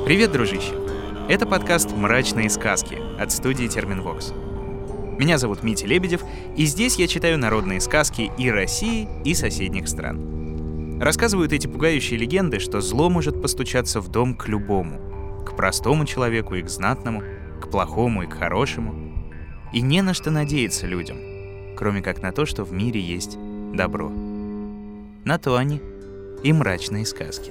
Привет, дружище! Это подкаст «Мрачные сказки» от студии Терминвокс. Меня зовут Митя Лебедев, и здесь я читаю народные сказки и России, и соседних стран. Рассказывают эти пугающие легенды, что зло может постучаться в дом к любому. К простому человеку и к знатному, к плохому и к хорошему. И не на что надеяться людям, кроме как на то, что в мире есть добро. На то они и мрачные сказки.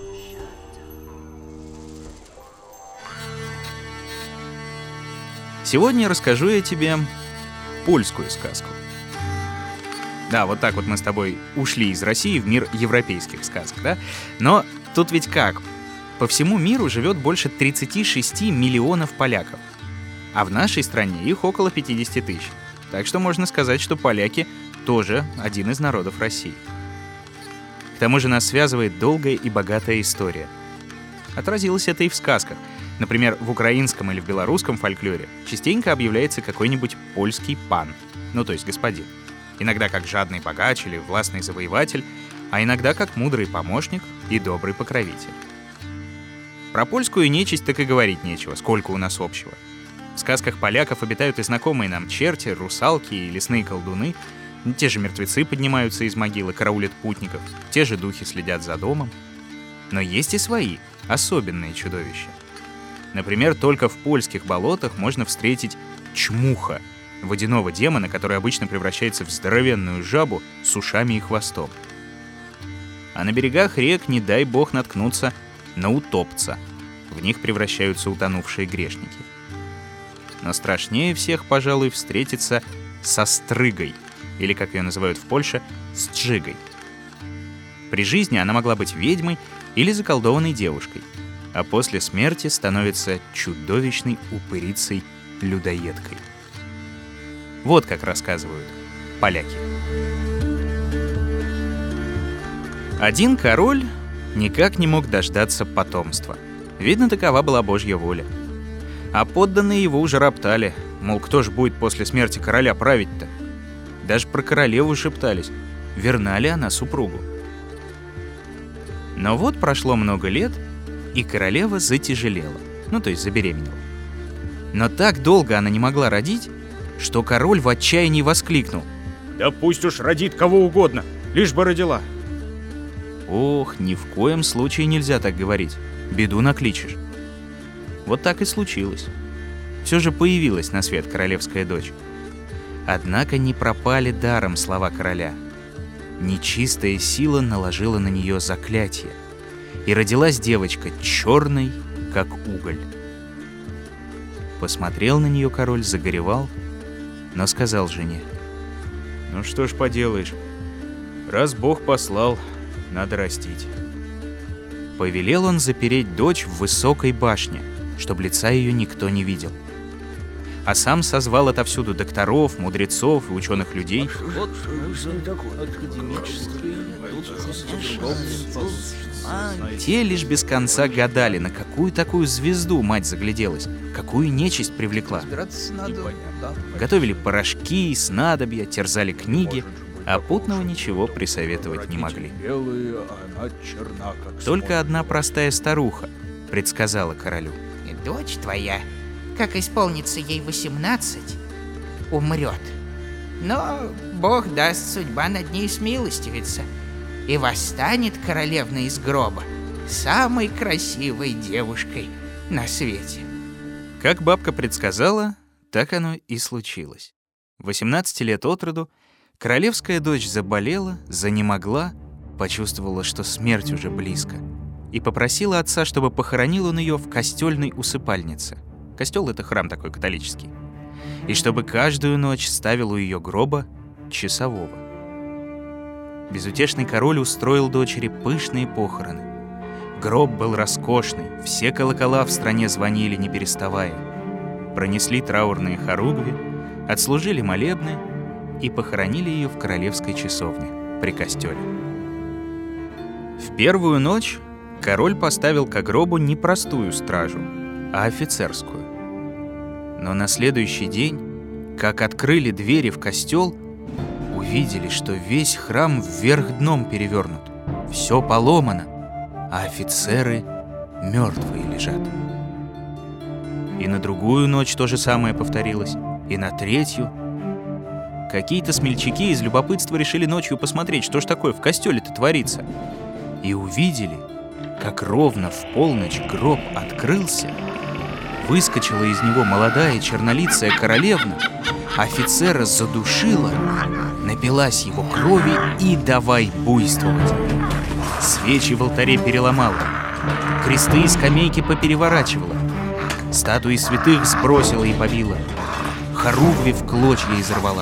Сегодня я расскажу я тебе польскую сказку. Да, вот так вот мы с тобой ушли из России в мир европейских сказок, да? Но тут ведь как? По всему миру живет больше 36 миллионов поляков. А в нашей стране их около 50 тысяч. Так что можно сказать, что поляки тоже один из народов России. К тому же нас связывает долгая и богатая история. Отразилось это и в сказках. Например, в украинском или в белорусском фольклоре частенько объявляется какой-нибудь польский пан, ну то есть господин. Иногда как жадный богач или властный завоеватель, а иногда как мудрый помощник и добрый покровитель. Про польскую нечисть так и говорить нечего, сколько у нас общего. В сказках поляков обитают и знакомые нам черти, русалки и лесные колдуны, те же мертвецы поднимаются из могилы, караулят путников, те же духи следят за домом. Но есть и свои, особенные чудовища. Например, только в польских болотах можно встретить чмуха, водяного демона, который обычно превращается в здоровенную жабу с ушами и хвостом. А на берегах рек, не дай бог, наткнуться на утопца. В них превращаются утонувшие грешники. Но страшнее всех, пожалуй, встретиться со стрыгой, или, как ее называют в Польше, сджигой. При жизни она могла быть ведьмой или заколдованной девушкой, а после смерти становится чудовищной упырицей-людоедкой. Вот как рассказывают поляки. Один король никак не мог дождаться потомства. Видно, такова была Божья воля. А подданные его уже роптали, мол, кто ж будет после смерти короля править-то? Даже про королеву шептались, верна ли она супругу. Но вот прошло много лет, и королева затяжелела, ну то есть забеременела. Но так долго она не могла родить, что король в отчаянии воскликнул: «Да пусть уж родит кого угодно, лишь бы родила!» Ох, ни в коем случае нельзя так говорить, беду накличешь. Вот так и случилось. Все же появилась на свет королевская дочь. Однако не пропали даром слова короля. Нечистая сила наложила на нее заклятие, и родилась девочка черной, как уголь. Посмотрел на нее король, загоревал, но сказал жене: «Ну что ж поделаешь, раз Бог послал, надо растить». Повелел он запереть дочь в высокой башне, чтобы лица ее никто не видел. А сам созвал отовсюду докторов, мудрецов и ученых людей. Те лишь без конца гадали, на какую такую звезду мать загляделась, какую нечисть привлекла. Готовили порошки, снадобья, терзали книги, а путного ничего присоветовать не могли. Только одна простая старуха предсказала королю: «Дочь твоя, как исполнится ей 18, умрет. Но Бог даст, судьба над ней смилостивится, и восстанет королевна из гроба самой красивой девушкой на свете». Как бабка предсказала, так оно и случилось. 18 лет от роду королевская дочь заболела, занемогла, почувствовала, что смерть уже близко, и попросила отца, чтобы похоронил он ее в костельной усыпальнице. Костел — это храм такой католический. И чтобы каждую ночь ставил у ее гроба часового. Безутешный король устроил дочери пышные похороны. Гроб был роскошный, все колокола в стране звонили, не переставая. Пронесли траурные хоругви, отслужили молебны и похоронили ее в королевской часовне при костеле. В первую ночь король поставил ко гробу не простую стражу, а офицерскую. Но на следующий день, как открыли двери в костел, увидели, что весь храм вверх дном перевернут, все поломано, а офицеры мертвые лежат. И на другую ночь то же самое повторилось, и на третью. Какие-то смельчаки из любопытства решили ночью посмотреть, что ж такое в костеле-то творится. И увидели, как ровно в полночь гроб открылся, выскочила из него молодая чернолицая королевна, офицера задушила, напилась его крови и давай буйствовать. Свечи в алтаре переломала, кресты и скамейки попереворачивала, статуи святых сбросила и побила, хоругви в клочья изорвала.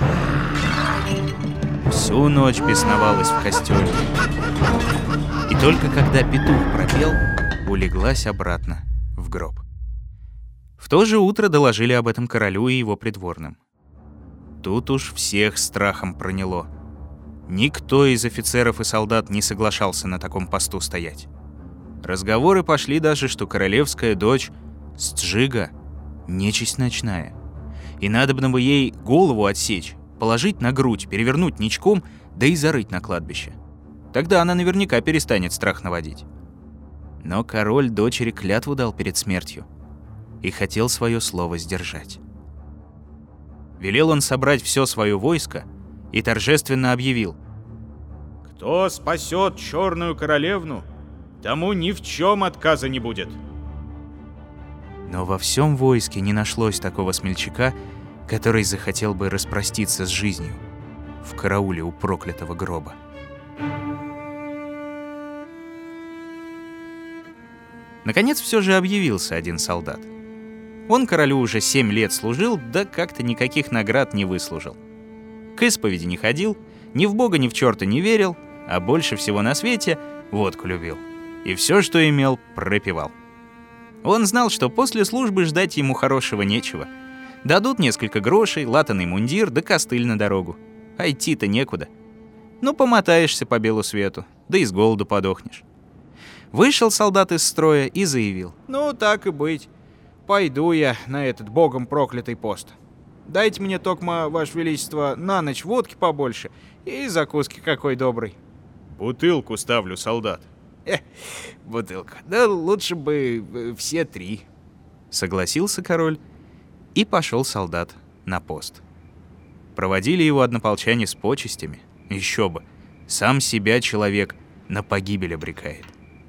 Всю ночь бесновалась в костеле. И только когда петух пропел, улеглась обратно в гроб. В то же утро доложили об этом королю и его придворным. Тут уж всех страхом проняло. Никто из офицеров и солдат не соглашался на таком посту стоять. Разговоры пошли даже, что королевская дочь Сджига — нечисть ночная, и надобно бы ей голову отсечь, положить на грудь, перевернуть ничком, да и зарыть на кладбище. Тогда она наверняка перестанет страх наводить. Но король дочери клятву дал перед смертью и хотел свое слово сдержать. Велел он собрать все свое войско и торжественно объявил: «Кто спасет черную королевну, тому ни в чем отказа не будет». Но во всем войске не нашлось такого смельчака, который захотел бы распроститься с жизнью в карауле у проклятого гроба. Наконец все же объявился один солдат. Он королю уже 7 лет служил, да как-то никаких наград не выслужил. К исповеди не ходил, ни в Бога, ни в черта не верил, а больше всего на свете водку любил. И все, что имел, пропивал. Он знал, что после службы ждать ему хорошего нечего. Дадут несколько грошей, латаный мундир да костыль на дорогу. А идти-то некуда. Ну, помотаешься по белу свету, да и с голоду подохнешь. Вышел солдат из строя и заявил: «Ну, так и быть. Пойду я на этот богом проклятый пост. Дайте мне, токма, ваше величество, на ночь водки побольше и закуски какой доброй». «Бутылку ставлю, солдат». Бутылка. Да лучше бы все 3. Согласился король, и пошел солдат на пост. Проводили его однополчане с почестями. Еще бы, сам себя человек на погибель обрекает.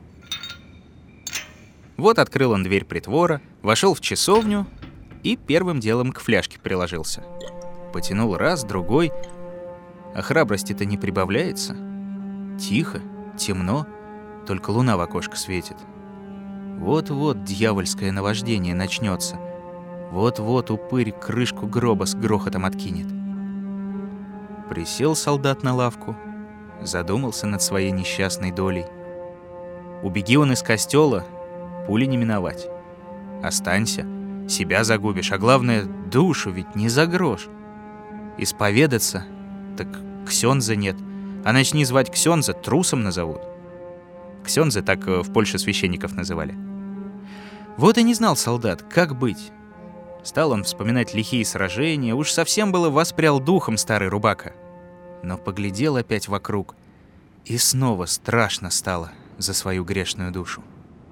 Вот открыл он дверь притвора, вошел в часовню и первым делом к фляжке приложился. Потянул раз, другой, а храбрости-то не прибавляется. Тихо, темно, только луна в окошко светит. Вот-вот дьявольское наваждение начнется. Вот-вот упырь крышку гроба с грохотом откинет. Присел солдат на лавку, задумался над своей несчастной долей. Убеги он из костела, пули не миновать. Останься, себя загубишь, а главное, душу ведь не за грош. Исповедаться, так ксёндза нет, а начни звать ксёндза, трусом назовут. Ксёндзы так в Польше священников называли. Вот и не знал солдат, как быть. Стал он вспоминать лихие сражения, уж совсем было воспрял духом старый рубака. Но поглядел опять вокруг, и снова страшно стало за свою грешную душу.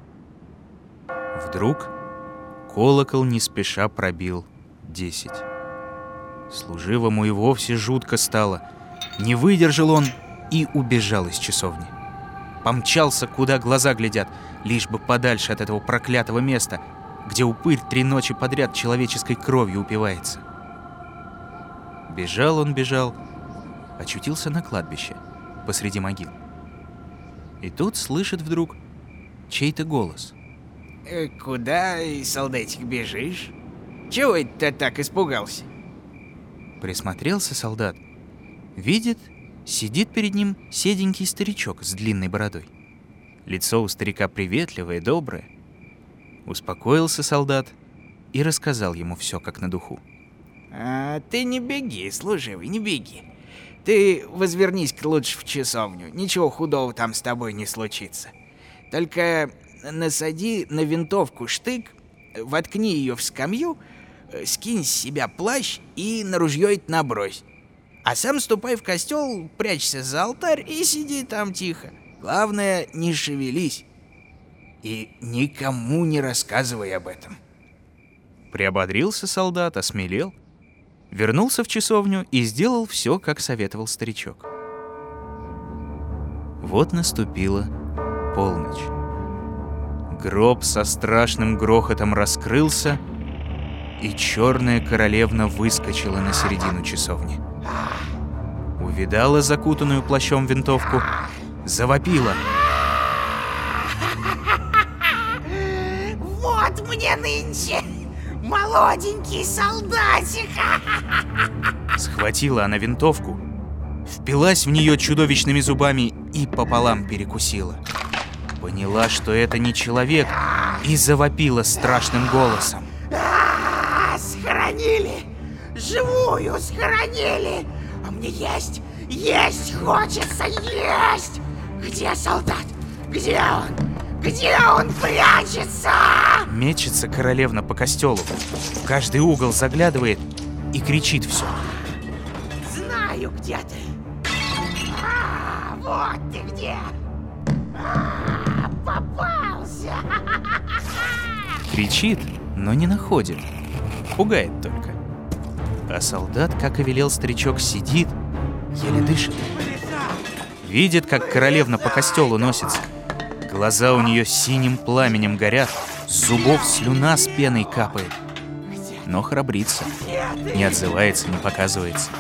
Вдруг колокол не спеша пробил 10. Служивому и вовсе жутко стало. Не выдержал он и убежал из часовни. Помчался, куда глаза глядят, лишь бы подальше от этого проклятого места, где упырь 3 ночи подряд человеческой кровью упивается. Бежал он, бежал, очутился на кладбище, посреди могил. И тут слышит вдруг чей-то голос. Куда, солдатик, бежишь? Чего это ты так испугался? Присмотрелся солдат. Видит, сидит перед ним седенький старичок с длинной бородой. Лицо у старика приветливое, доброе. Успокоился солдат и рассказал ему все как на духу. Ты не беги, служивый, не беги. Ты возвернись-ка лучше в часовню. Ничего худого там с тобой не случится. Только насади на винтовку штык, воткни ее в скамью, скинь с себя плащ и на ружье это набрось. А сам ступай в костел, прячься за алтарь и сиди там тихо. Главное, не шевелись. И никому не рассказывай об этом. Приободрился солдат, осмелел, вернулся в часовню и сделал все, как советовал старичок. Вот наступила полночь. Гроб со страшным грохотом раскрылся, и черная королевна выскочила на середину часовни. Увидала закутанную плащом винтовку, завопила. Вот мне нынче молоденький солдатик. Схватила она винтовку, впилась в нее чудовищными зубами и пополам перекусила. Поняла, что это не человек, и завопила страшным голосом. Схоронили! Живую схоронили! А мне есть хочется, есть! Где солдат? Где он? Где он прячется? Мечется королевна по костелу, в каждый угол заглядывает и кричит все. Знаю, где ты. Вот ты где. Попался. Кричит, но не находит. Пугает только. А солдат, как и велел старичок, сидит, еле дышит. Видит, как королевна по костелу носится. Глаза у нее синим пламенем горят, с зубов слюна с пеной капает. Но храбрится, не отзывается, не показывается.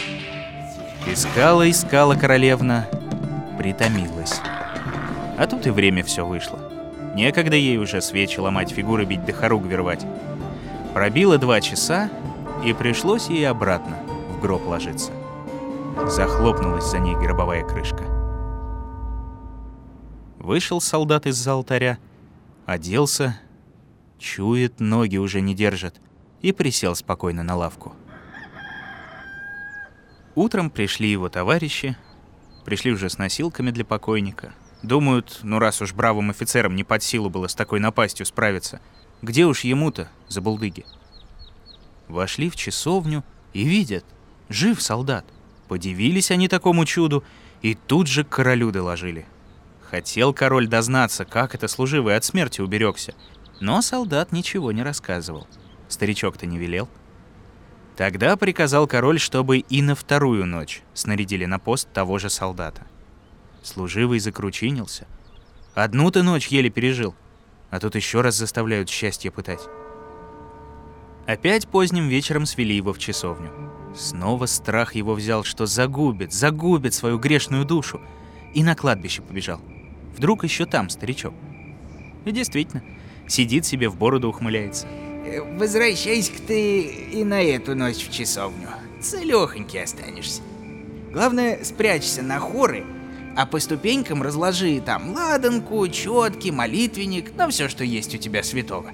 Искала королевна, притомилась. А тут и время все вышло. Некогда ей уже свечи ломать, фигуры бить да хоругвь рвать. Пробило 2 часа, и пришлось ей обратно в гроб ложиться. Захлопнулась за ней гробовая крышка. Вышел солдат из-за алтаря, оделся, чует, ноги уже не держат, и присел спокойно на лавку. Утром пришли его товарищи, пришли уже с носилками для покойника. Думают, ну раз уж бравым офицерам не под силу было с такой напастью справиться, где уж ему-то, забулдыги. Вошли в часовню и видят, жив солдат. Подивились они такому чуду и тут же к королю доложили. Хотел король дознаться, как это служивый от смерти уберегся, но солдат ничего не рассказывал. Старичок-то не велел. Тогда приказал король, чтобы и на 2-ю ночь снарядили на пост того же солдата. Служивый закручинился. 1-то ночь еле пережил, а тут еще раз заставляют счастье пытать. Опять поздним вечером свели его в часовню. Снова страх его взял, что загубит свою грешную душу, и на кладбище побежал. Вдруг еще там старичок. И действительно, сидит себе в бороду ухмыляется. Возвращайся-ка ты и на эту ночь в часовню. Целёхонький останешься. Главное, спрячься на хоры, а по ступенькам разложи там ладанку, четки, молитвенник, ну все, что есть у тебя святого.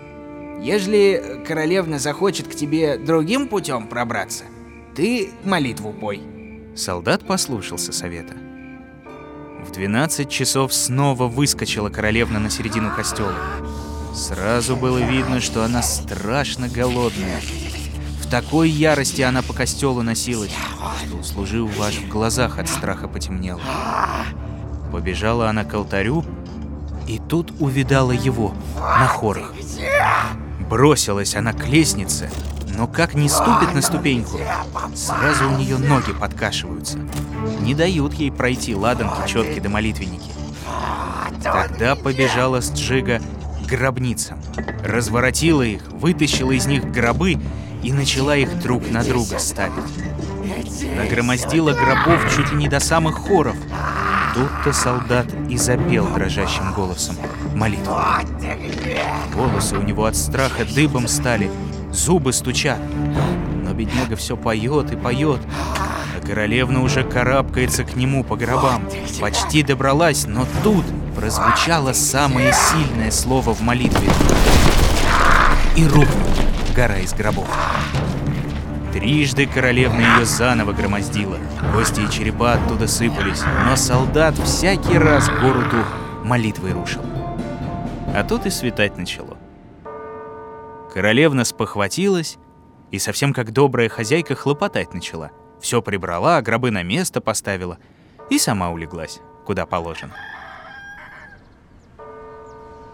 Ежели королевна захочет к тебе другим путем пробраться, ты молитву пой. Солдат послушался совета. В 12 часов снова выскочила королевна на середину костела. Сразу было видно, что она страшно голодная. В такой ярости она по костелу носилась, что у служивого аж в глазах от страха потемнело. Побежала она к алтарю, и тут увидала его на хорах. Бросилась она к лестнице, но как не ступит на ступеньку, сразу у нее ноги подкашиваются. Не дают ей пройти ладанки, четки да молитвенники. Тогда побежала Сджига к гробницам, разворотила их, вытащила из них гробы и начала их друг на друга ставить. Нагромоздила гробов чуть ли не до самых хоров. Тут-то солдат и запел дрожащим голосом молитву. Волосы у него от страха дыбом стали, зубы стучат. Но бедняга все поет и поет, а королевна уже карабкается к нему по гробам. Почти добралась, но тут прозвучало самое сильное слово в молитве. И рухнула гора из гробов. Трижды королевна ее заново громоздила, кости и черепа оттуда сыпались, но солдат всякий раз гору ту молитвой рушил. А тут и светать начало. Королевна спохватилась и совсем как добрая хозяйка хлопотать начала. Все прибрала, гробы на место поставила и сама улеглась, куда положено.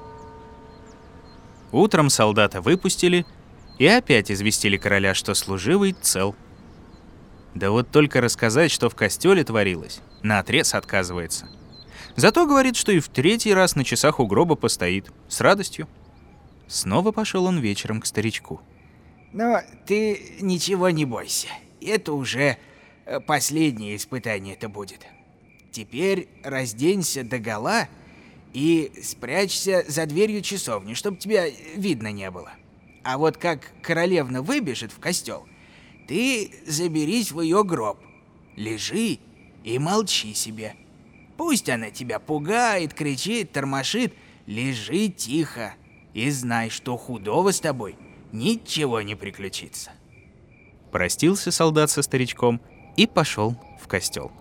Утром солдата выпустили и опять известили короля, что служивый цел. Да вот только рассказать, что в костеле творилось, наотрез отказывается. Зато говорит, что и в 3-й раз на часах у гроба постоит. С радостью. Снова пошел он вечером к старичку. Но ты ничего не бойся. Это уже последнее испытание-то будет. Теперь разденься догола и спрячься за дверью часовни, чтобы тебя видно не было. А вот как королевна выбежит в костел, ты заберись в ее гроб, лежи и молчи себе. Пусть она тебя пугает, кричит, тормошит, лежи тихо и знай, что худого с тобой ничего не приключится. Простился солдат со старичком и пошел в костел.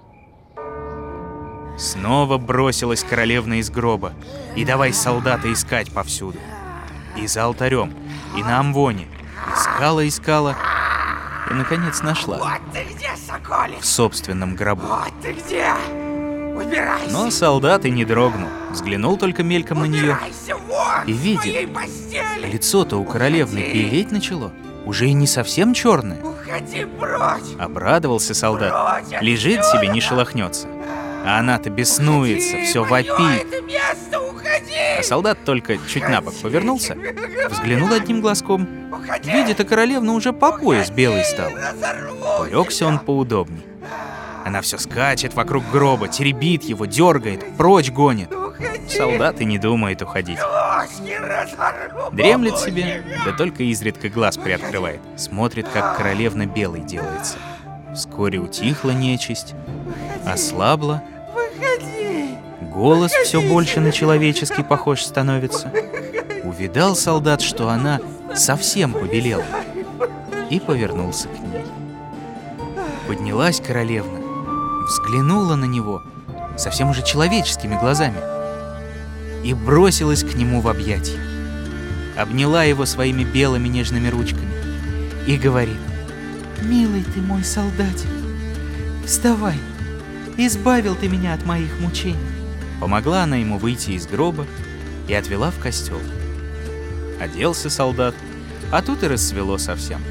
Снова бросилась королевна из гроба, и давай солдата искать повсюду. И за алтарем, и на амвоне. Искала, и, наконец, нашла. Вот ты где, соколик! В собственном гробу. Вот ты где! Убирайся! Но солдат и не дрогнул, взглянул только мельком на нее. Убирайся вон И с видит, моей постели! лицо-то у королевны белеть начало, уже и не совсем черное. Уходи прочь! Обрадовался солдат, лежит себе, не шелохнется. А она-то беснуется, Уходи, все моё вопит. это место, уходи! А солдат только чуть на бок повернулся, взглянул одним глазком. Уходи! Видит, а королевна уже по пояс белой стала. Разорву Улегся он тебя! поудобней. Она все скачет вокруг гроба, теребит его, дергает, прочь гонит. Уходи! Солдат и не думает уходить. Ложки разорву! Дремлет себе, да только изредка глаз приоткрывает. Смотрит, как королевна белой делается. Вскоре утихла нечисть, ослабла. Выходи! Голос все больше на человеческий похож становится. Увидал солдат, что она совсем побелела, и повернулся к ней. Поднялась королевна, взглянула на него совсем уже человеческими глазами и бросилась к нему в объятия. Обняла его своими белыми нежными ручками и говорит: «Милый ты мой солдатик, вставай, избавил ты меня от моих мучений». Помогла она ему выйти из гроба и отвела в костел. Оделся солдат, а тут и рассвело совсем.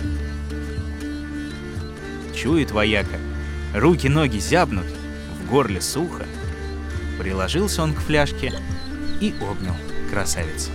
Чует вояка, руки-ноги зябнут, в горле сухо. Приложился он к фляжке и обнял красавицу.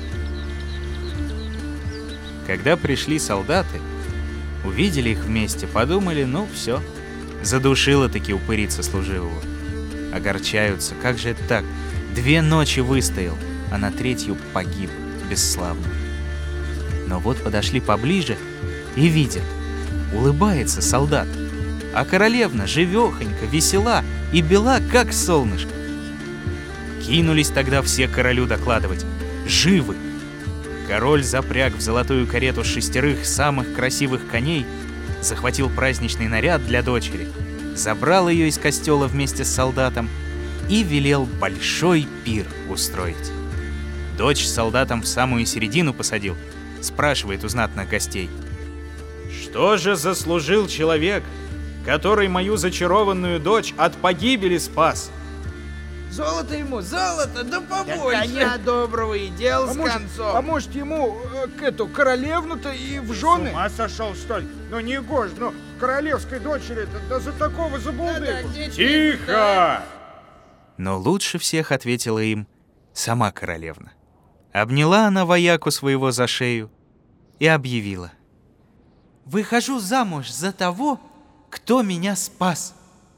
Когда пришли солдаты, увидели их вместе, подумали, ну все, задушила-таки упырица служивого. Огорчаются, как же это так? 2 ночи выстоял, а на 3-ю погиб бесславно. Но вот подошли поближе и видят, улыбается солдат, а королевна живехонька, весела и бела, как солнышко. Кинулись тогда все королю докладывать: живы! Король запряг в золотую карету 6 самых красивых коней, захватил праздничный наряд для дочери, забрал ее из костела вместе с солдатом и велел большой пир устроить. Дочь с солдатом в самую середину посадил, спрашивает у знатных гостей: Что же заслужил человек, который мою зачарованную дочь от погибели спас? Золото ему, золото, да побольше! Коня доброго и дел с А концом. может ему эту королевну-то и в жены? С ума сошел, что ли? Ну не гож, ну королевской дочери-то да за такого забулдыгу. Тихо! Но лучше всех ответила им сама королевна. Обняла она вояку своего за шею и объявила: «Выхожу замуж за того, кто меня спас».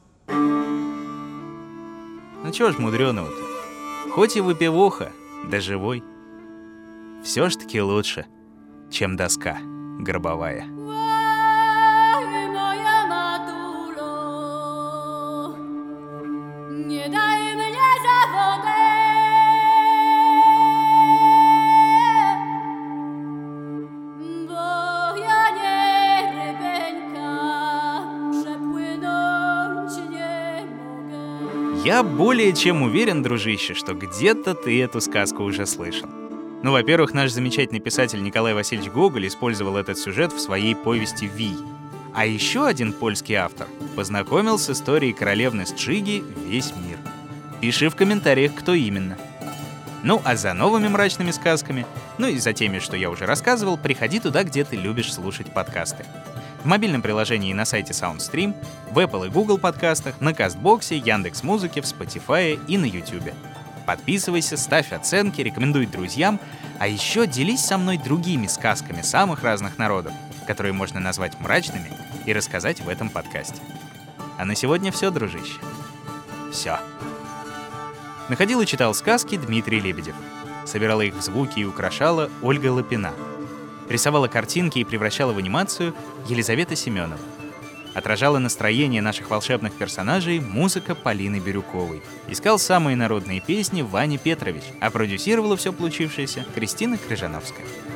Ну чё ж мудрёного-то? Хоть и выпивоха, да живой. Всё ж таки лучше, чем доска гробовая. Я более чем уверен, дружище, что где-то ты эту сказку уже слышал. Ну, во-первых, наш замечательный писатель Николай Васильевич Гоголь использовал этот сюжет в своей повести «Вий». А еще один польский автор познакомил с историей королевны Стрыги весь мир. Пиши в комментариях, кто именно. Ну, а за новыми мрачными сказками Ну и за теми, что я уже рассказывал, приходи туда, где ты любишь слушать подкасты. В мобильном приложении на сайте SoundStream, в Apple и Google подкастах, на Кастбоксе, Яндекс.Музыке, в Spotify и на YouTube. Подписывайся, ставь оценки, рекомендуй друзьям, а еще делись со мной другими сказками самых разных народов, которые можно назвать мрачными и рассказать в этом подкасте. А на сегодня все, дружище. Все. Находил и читал сказки Дмитрий Лебедев. Собирала их в звуки и украшала Ольга Лапина. Рисовала картинки и превращала в анимацию Елизавета Семенова. Отражала настроение наших волшебных персонажей музыка Полины Бирюковой. Искал самые народные песни Ваня Петрович, а продюсировала все получившееся Кристина Крыжановская.